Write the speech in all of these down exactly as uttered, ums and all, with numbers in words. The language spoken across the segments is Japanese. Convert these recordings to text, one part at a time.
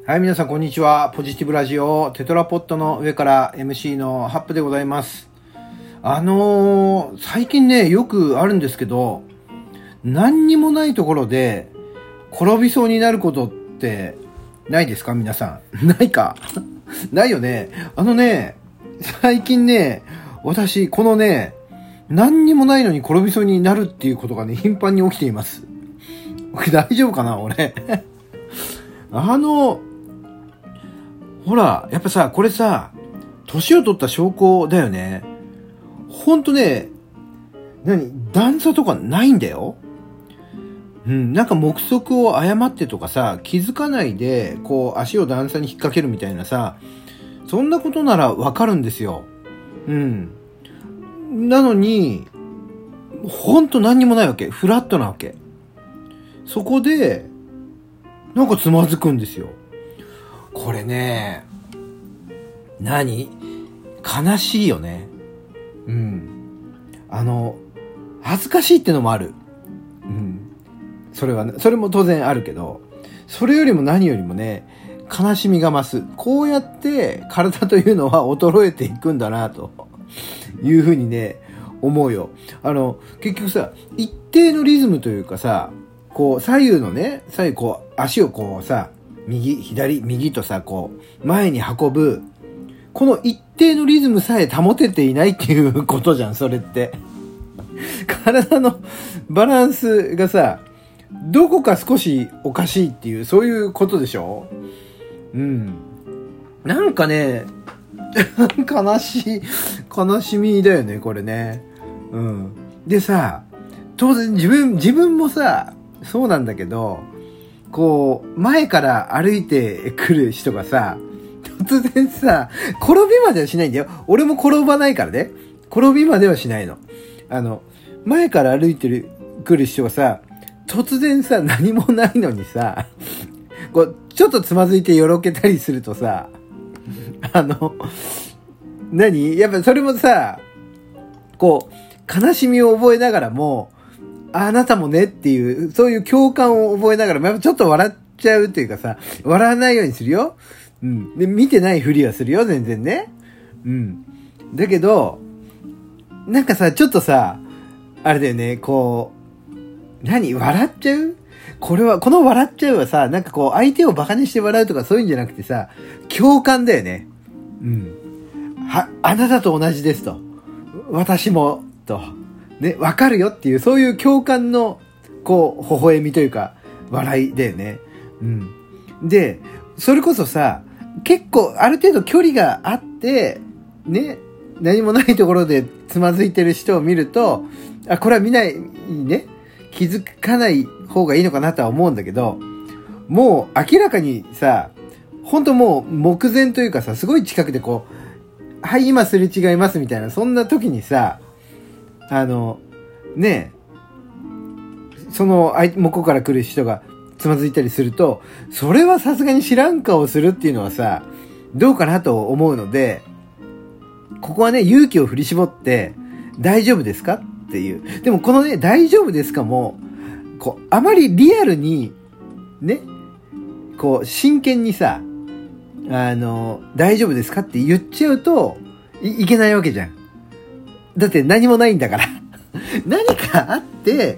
はい、皆さんこんにちは。ポジティブラジオテトラポットの上から エムシー のハップでございます。あのー、最近ね、よくあるんですけど、何にもないところで転びそうになることってないですか皆さん。ないかないよね。あのね、最近ね、私、このね、何にもないのに転びそうになるっていうことがね、頻繁に起きています。大丈夫かな俺。あの、ほら、やっぱさ、これさ、年を取った証拠だよね。ほんとね、何段差とかないんだよ。うん、なんか目測を誤ってとかさ、気づかないで、こう、足を段差に引っ掛けるみたいなさ、そんなことならわかるんですよ。うん。なのに、ほんと何にもないわけ。フラットなわけ。そこで、なんかつまずくんですよ。これね、何？悲しいよね。うん。あの、恥ずかしいってのもある。うん。それはね、それも当然あるけど、それよりも何よりもね、悲しみが増す。こうやって体というのは衰えていくんだな、というふうにね、思うよ。あの、結局さ、一定のリズムというかさ、こう、左右のね、左右こう、足をこうさ、右、左、右とさ、こう、前に運ぶ、この一定のリズムさえ保てていないっていうことじゃん、それって。体のバランスがさ、どこか少しおかしいっていう、そういうことでしょ？うん。なんかね、悲しい、悲しみだよね、これね。うん。でさ、当然自分、自分もさ、そうなんだけど、こう、前から歩いてくる人がさ、突然さ、転びまではしないんだよ。俺も転ばないからね。転びまではしないの。あの、前から歩いてる、来る人がさ、突然さ、何もないのにさ、こう、ちょっとつまずいてよろけたりするとさ、あの、何？やっぱそれもさ、こう、悲しみを覚えながらも、あなたもねっていう、そういう共感を覚えながらも、やっぱちょっと笑っちゃうっていうかさ、笑わないようにするよ。うん。で、見てないふりはするよ、全然ね。うん。だけど、なんかさ、ちょっとさ、あれだよね、こう、何？笑っちゃう？これは、この笑っちゃうはさ、なんかこう、相手をバカにして笑うとかそういうんじゃなくてさ、共感だよね。うん。は、あなたと同じですと。私も、と。ね、わかるよっていう、そういう共感の、こう、微笑みというか、笑いだよね。うん。で、それこそさ、結構、ある程度距離があって、ね、何もないところでつまずいてる人を見ると、あ、これは見ない、ね、気づかない方がいいのかなとは思うんだけど、もう明らかにさ、ほんともう目前というかさ、すごい近くでこう、はい、今すれ違いますみたいな、そんな時にさ、あの、ねえ、その相手、向こうから来る人がつまずいたりすると、それはさすがに知らん顔をするっていうのはさ、どうかなと思うので、ここはね、勇気を振り絞って、大丈夫ですかっていう。でもこのね、大丈夫ですかも、こう、あまりリアルに、ね、こう、真剣にさ、あの、大丈夫ですかって言っちゃうとい、いけないわけじゃん。だって何もないんだから。何かあって、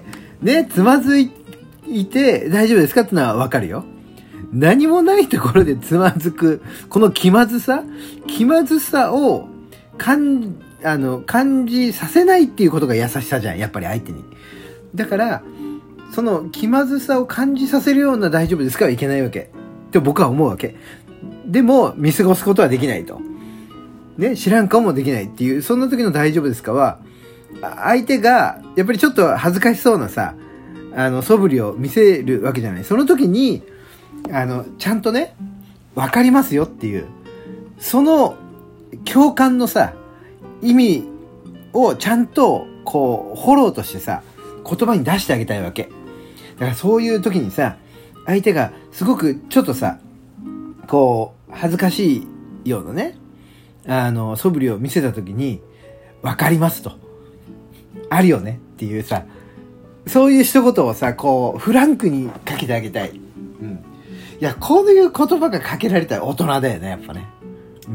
ね、つまずいて大丈夫ですかってのはわかるよ。何もないところでつまずく、この気まずさ気まずさを感、あの、感じさせないっていうことが優しさじゃん。やっぱり相手に。だから、その気まずさを感じさせるような大丈夫ですかはいけないわけ。って僕は思うわけ。でも、見過ごすことはできないと。ね、知らん顔もできないっていう、そんな時の大丈夫ですかは、相手が、やっぱりちょっと恥ずかしそうなさ、あの、素振りを見せるわけじゃない。その時に、あの、ちゃんとね、わかりますよっていう、その、共感のさ、意味をちゃんと、こう、フォローとしてさ、言葉に出してあげたいわけ。だからそういう時にさ、相手がすごくちょっとさ、こう、恥ずかしいようなね、あの、素振りを見せた時に、わかりますと。あるよねっていうさ、そういう一言をさ、こう、フランクにかけてあげたい。うん。 いや、こういう言葉がかけられたら大人だよね、やっぱね。うん。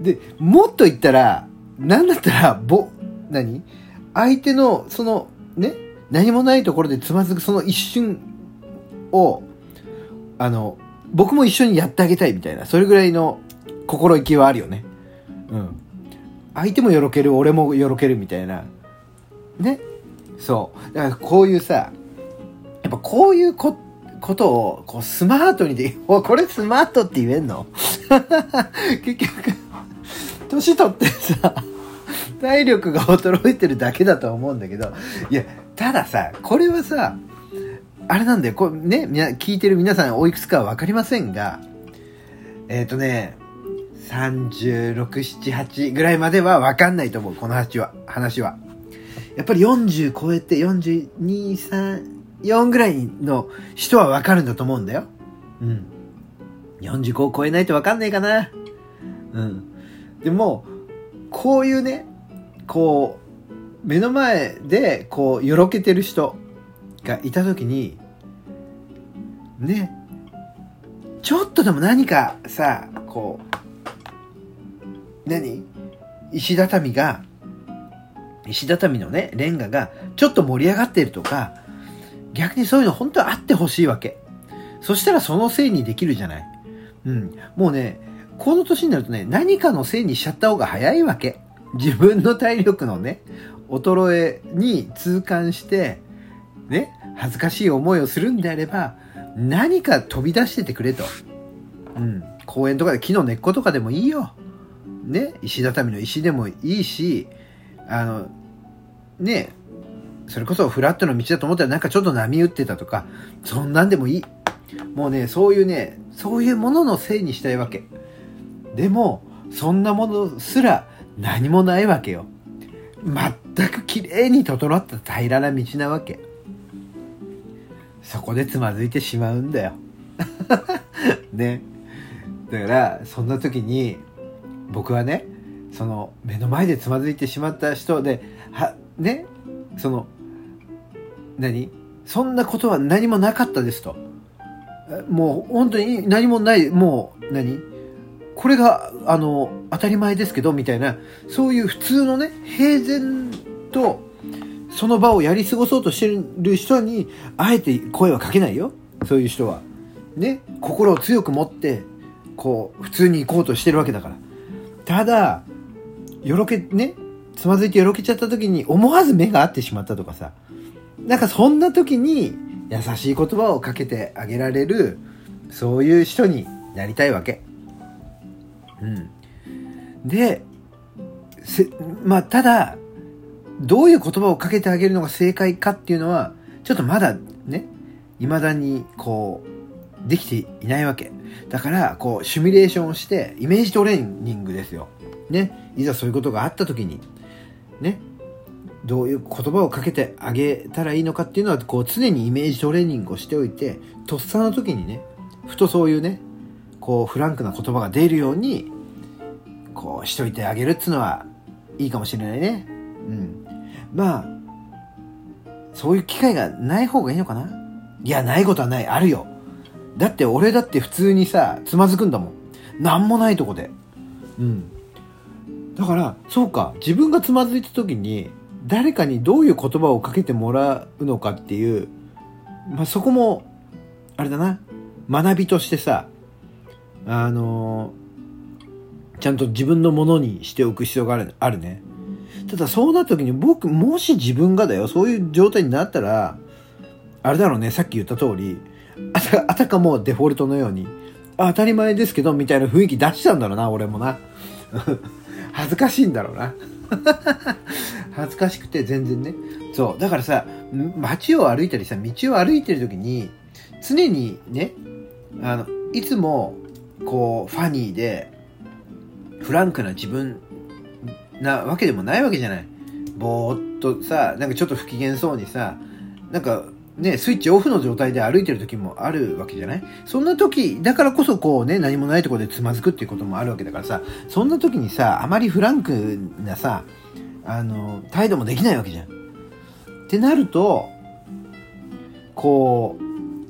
で、もっと言ったら、なんだったら、ぼ、何相手の、その、ね、何もないところでつまずくその一瞬を、あの、僕も一緒にやってあげたいみたいな、それぐらいの心意気はあるよね。うん。相手もよろける、俺もよろけるみたいな。ね。そう。だからこういうさ、やっぱこういうこ、ことを、こうスマートにで、お、これスマートって言えんの結局、年取ってさ、体力が衰えてるだけだと思うんだけど、いや、たださ、これはさ、あれなんだよ、これね、みな、聞いてる皆さんおいくつかはわかりませんが、えっとね、さんじゅうろく、なな、はちぐらいまではわかんないと思う、この話は、話は。やっぱりよんじゅう超えて、よんじゅうに、さん、よんぐらいの人はわかるんだと思うんだよ。うん。よんじゅうごを超えないとわかんないかな。うん。でも、こういうね、こう、目の前で、こう、よろけてる人がいたときに、ね、ちょっとでも何かさ、こう、何？石畳が、石畳のね、レンガがちょっと盛り上がっているとか、逆にそういうの本当はあってほしいわけ。そしたらそのせいにできるじゃない。うん。もうね、この年になるとね、何かのせいにしちゃった方が早いわけ。自分の体力のね、衰えに痛感して、ね、恥ずかしい思いをするんであれば、何か飛び出しててくれと。うん。公園とかで木の根っことかでもいいよ。ね、石畳の石でもいいし、あの、ね、それこそフラットの道だと思ったらなんかちょっと波打ってたとか、そんなんでもいい。もうね、そういうね、そういうもののせいにしたいわけ。でも、そんなものすら何もないわけよ。全く綺麗に整った平らな道なわけ。そこでつまずいてしまうんだよ。ね。だから、そんな時に、僕はね、その、目の前でつまずいてしまった人で、は、ね、その、何？そんなことは何もなかったですと。もう本当に何もない、もう何？これが、あの、当たり前ですけど、みたいな、そういう普通のね、平然と、その場をやり過ごそうとしてる人に、あえて声はかけないよ。そういう人は。ね、心を強く持って、こう、普通に行こうとしてるわけだから。ただ、よろけ、ね、つまずいてよろけちゃった時に、思わず目が合ってしまったとかさ、なんかそんな時に、優しい言葉をかけてあげられる、そういう人になりたいわけ。うん。で、せ、まあ、ただ、どういう言葉をかけてあげるのが正解かっていうのは、ちょっとまだね、未だにこう、できていないわけ。だから、こう、シミュレーションをして、イメージトレーニングですよ。ね。いざそういうことがあった時に、ね。どういう言葉をかけてあげたらいいのかっていうのは、こう、常にイメージトレーニングをしておいて、とっさの時にね、ふとそういうね、こう、フランクな言葉が出るように、こう、しといてあげるっていうのは、いいかもしれないね。うん。まあ、そういう機会がない方がいいのかな？いや、ないことはない。あるよ。だって俺だって普通にさ、つまずくんだもん。なんもないとこで。うん。だから、そうか。自分がつまずいた時に、誰かにどういう言葉をかけてもらうのかっていう、まあ、そこも、あれだな。学びとしてさ、あのー、ちゃんと自分のものにしておく必要がある、あるね。ただそうなった時に僕、もし自分がだよ、そういう状態になったら、あれだろうね、さっき言った通り、あた、あたかもデフォルトのように、あ、当たり前ですけど、みたいな雰囲気出しちゃうんだろうな、俺もな。恥ずかしいんだろうな。恥ずかしくて全然ね。そう。だからさ、街を歩いたりさ、道を歩いてる時に、常にね、あの、いつも、こう、ファニーで、フランクな自分なわけでもないわけじゃない。ぼーっとさ、なんかちょっと不機嫌そうにさ、なんかね、スイッチオフの状態で歩いてる時もあるわけじゃない？そんな時、だからこそこうね、何もないところでつまずくっていうこともあるわけだからさ、そんな時にさ、あまりフランクなさ、あの、態度もできないわけじゃん。ってなると、こ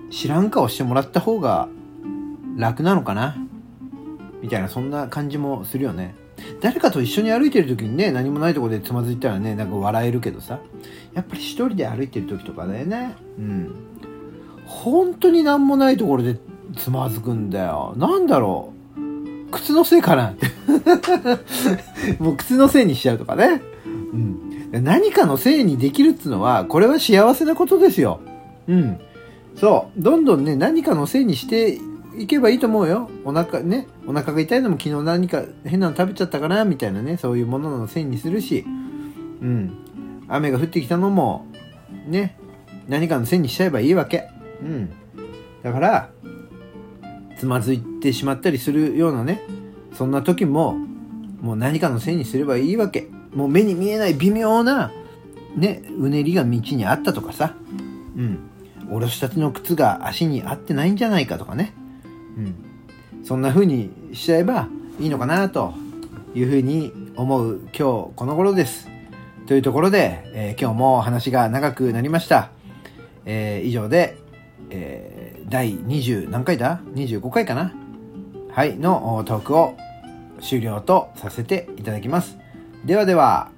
知らん顔してもらった方が楽なのかなみたいな、そんな感じもするよね。誰かと一緒に歩いてる時にね、何もないところでつまずいたらね、なんか笑えるけどさ、やっぱり一人で歩いてる時とかだよね。うん。本当に何もないところでつまずくんだよ。なんだろう。靴のせいかなもう靴のせいにしちゃうとかね。うん。何かのせいにできるっつうのは、これは幸せなことですよ。うん。そう。どんどんね、何かのせいにしていけばいいと思うよ。お腹ね、お腹が痛いのも昨日何か変なの食べちゃったかなみたいなね、そういうもののせいにするし、うん。雨が降ってきたのも、ね、何かのせいにしちゃえばいいわけ。うん。だから、つまずいてしまったりするようなね、そんな時も、もう何かのせいにすればいいわけ。もう目に見えない微妙な、ね、うねりが道にあったとかさ、うん。おろしたての靴が足に合ってないんじゃないかとかね。うん。そんな風にしちゃえばいいのかなという風に思う今日この頃です。というところで、えー、今日も話が長くなりました。えー、以上で、えー、だいにじゅう何回だ ?にじゅうご 回かなはい、のトークを終了とさせていただきます。ではでは。